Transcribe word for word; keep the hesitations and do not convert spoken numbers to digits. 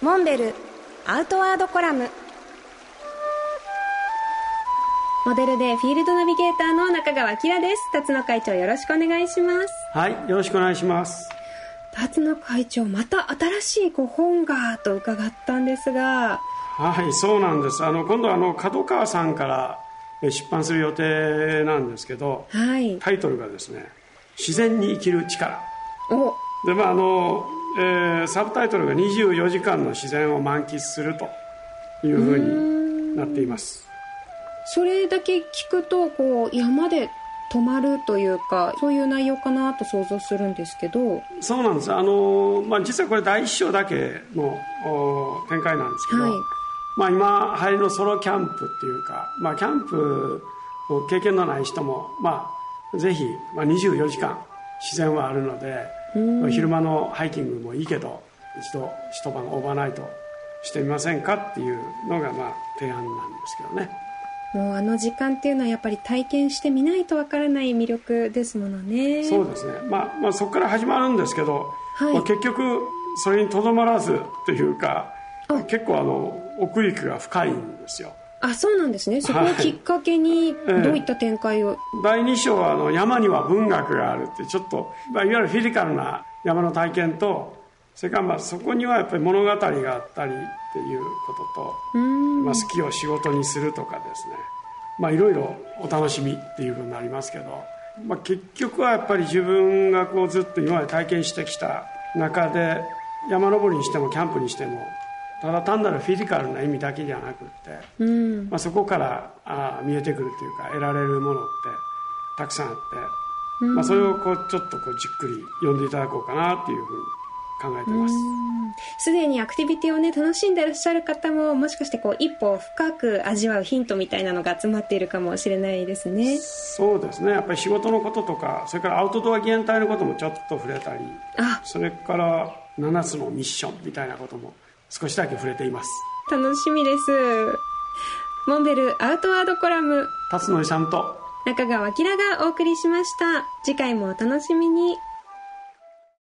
モンベルアウトワードコラム。モデルでフィールドナビゲーターの中川きらです。辰野会長、よろしくお願いします。 はい、よろしくお願いします。 辰野会長、また新しいご本がと伺ったんですが。 はい、そうなんです。あの今度はあの角川さんから出版する予定なんですけど、はい、タイトルがですね、自然に生きる力。おで、まああのえー、サブタイトルがにじゅうよじかんの自然を満喫するというふうになっています。 それだけ聞くとこう山で泊まるというか、そういう内容かなと想像するんですけど。 そうなんです。あの、まあ、実はこれ第一章だけの展開なんですけど、はい、まあ、今流行りのソロキャンプっていうか、まあ、キャンプの経験のない人も、まあ、ぜひ、まあ、にじゅうよじかん自然はあるので、まあ、昼間のハイキングもいいけど一度一晩オーバーナイトしてみませんかっていうのがまあ提案なんですけどね。 もうあの時間っていうのはやっぱり体験してみないとわからない魅力ですものね。 そうですね、まあ、まあそこから始まるんですけど、はい、まあ、結局それにとどまらずというか、結構あの奥行きが深いんですよ。 あ、そうなんですね。そこをきっかけにどういった展開を、はい、 えー、だいに章はあの山には文学があるって、ちょっと、まあ、いわゆるフィジカルな山の体験と、それからまあそこにはやっぱり物語があったりっていうことと、まあ、好きを仕事にするとかですね、まあいろいろお楽しみっていうふうになりますけど、まあ、結局はやっぱり自分がこうずっと今まで体験してきた中で、山登りにしてもキャンプにしてもただ単なるフィジカルな意味だけじゃなくって、うん、まあ、そこからあ見えてくるというか得られるものってたくさんあって、うん、まあ、それをこうちょっとこうじっくり読んでいただこうかなっていうふうに考えてます。 すでにアクティビティをね楽しんでいらっしゃる方も、もしかしてこう一歩深く味わうヒントみたいなのが集まっているかもしれないですね。 そうですね、やっぱり仕事のこととか、それからアウトドア現代のこともちょっと触れたり、あ、それからななつのミッションみたいなことも少しだけ触れています。 楽しみです。モンベルアウトワードコラム、 辰野勇と中川きらがお送りしました。次回もお楽しみに。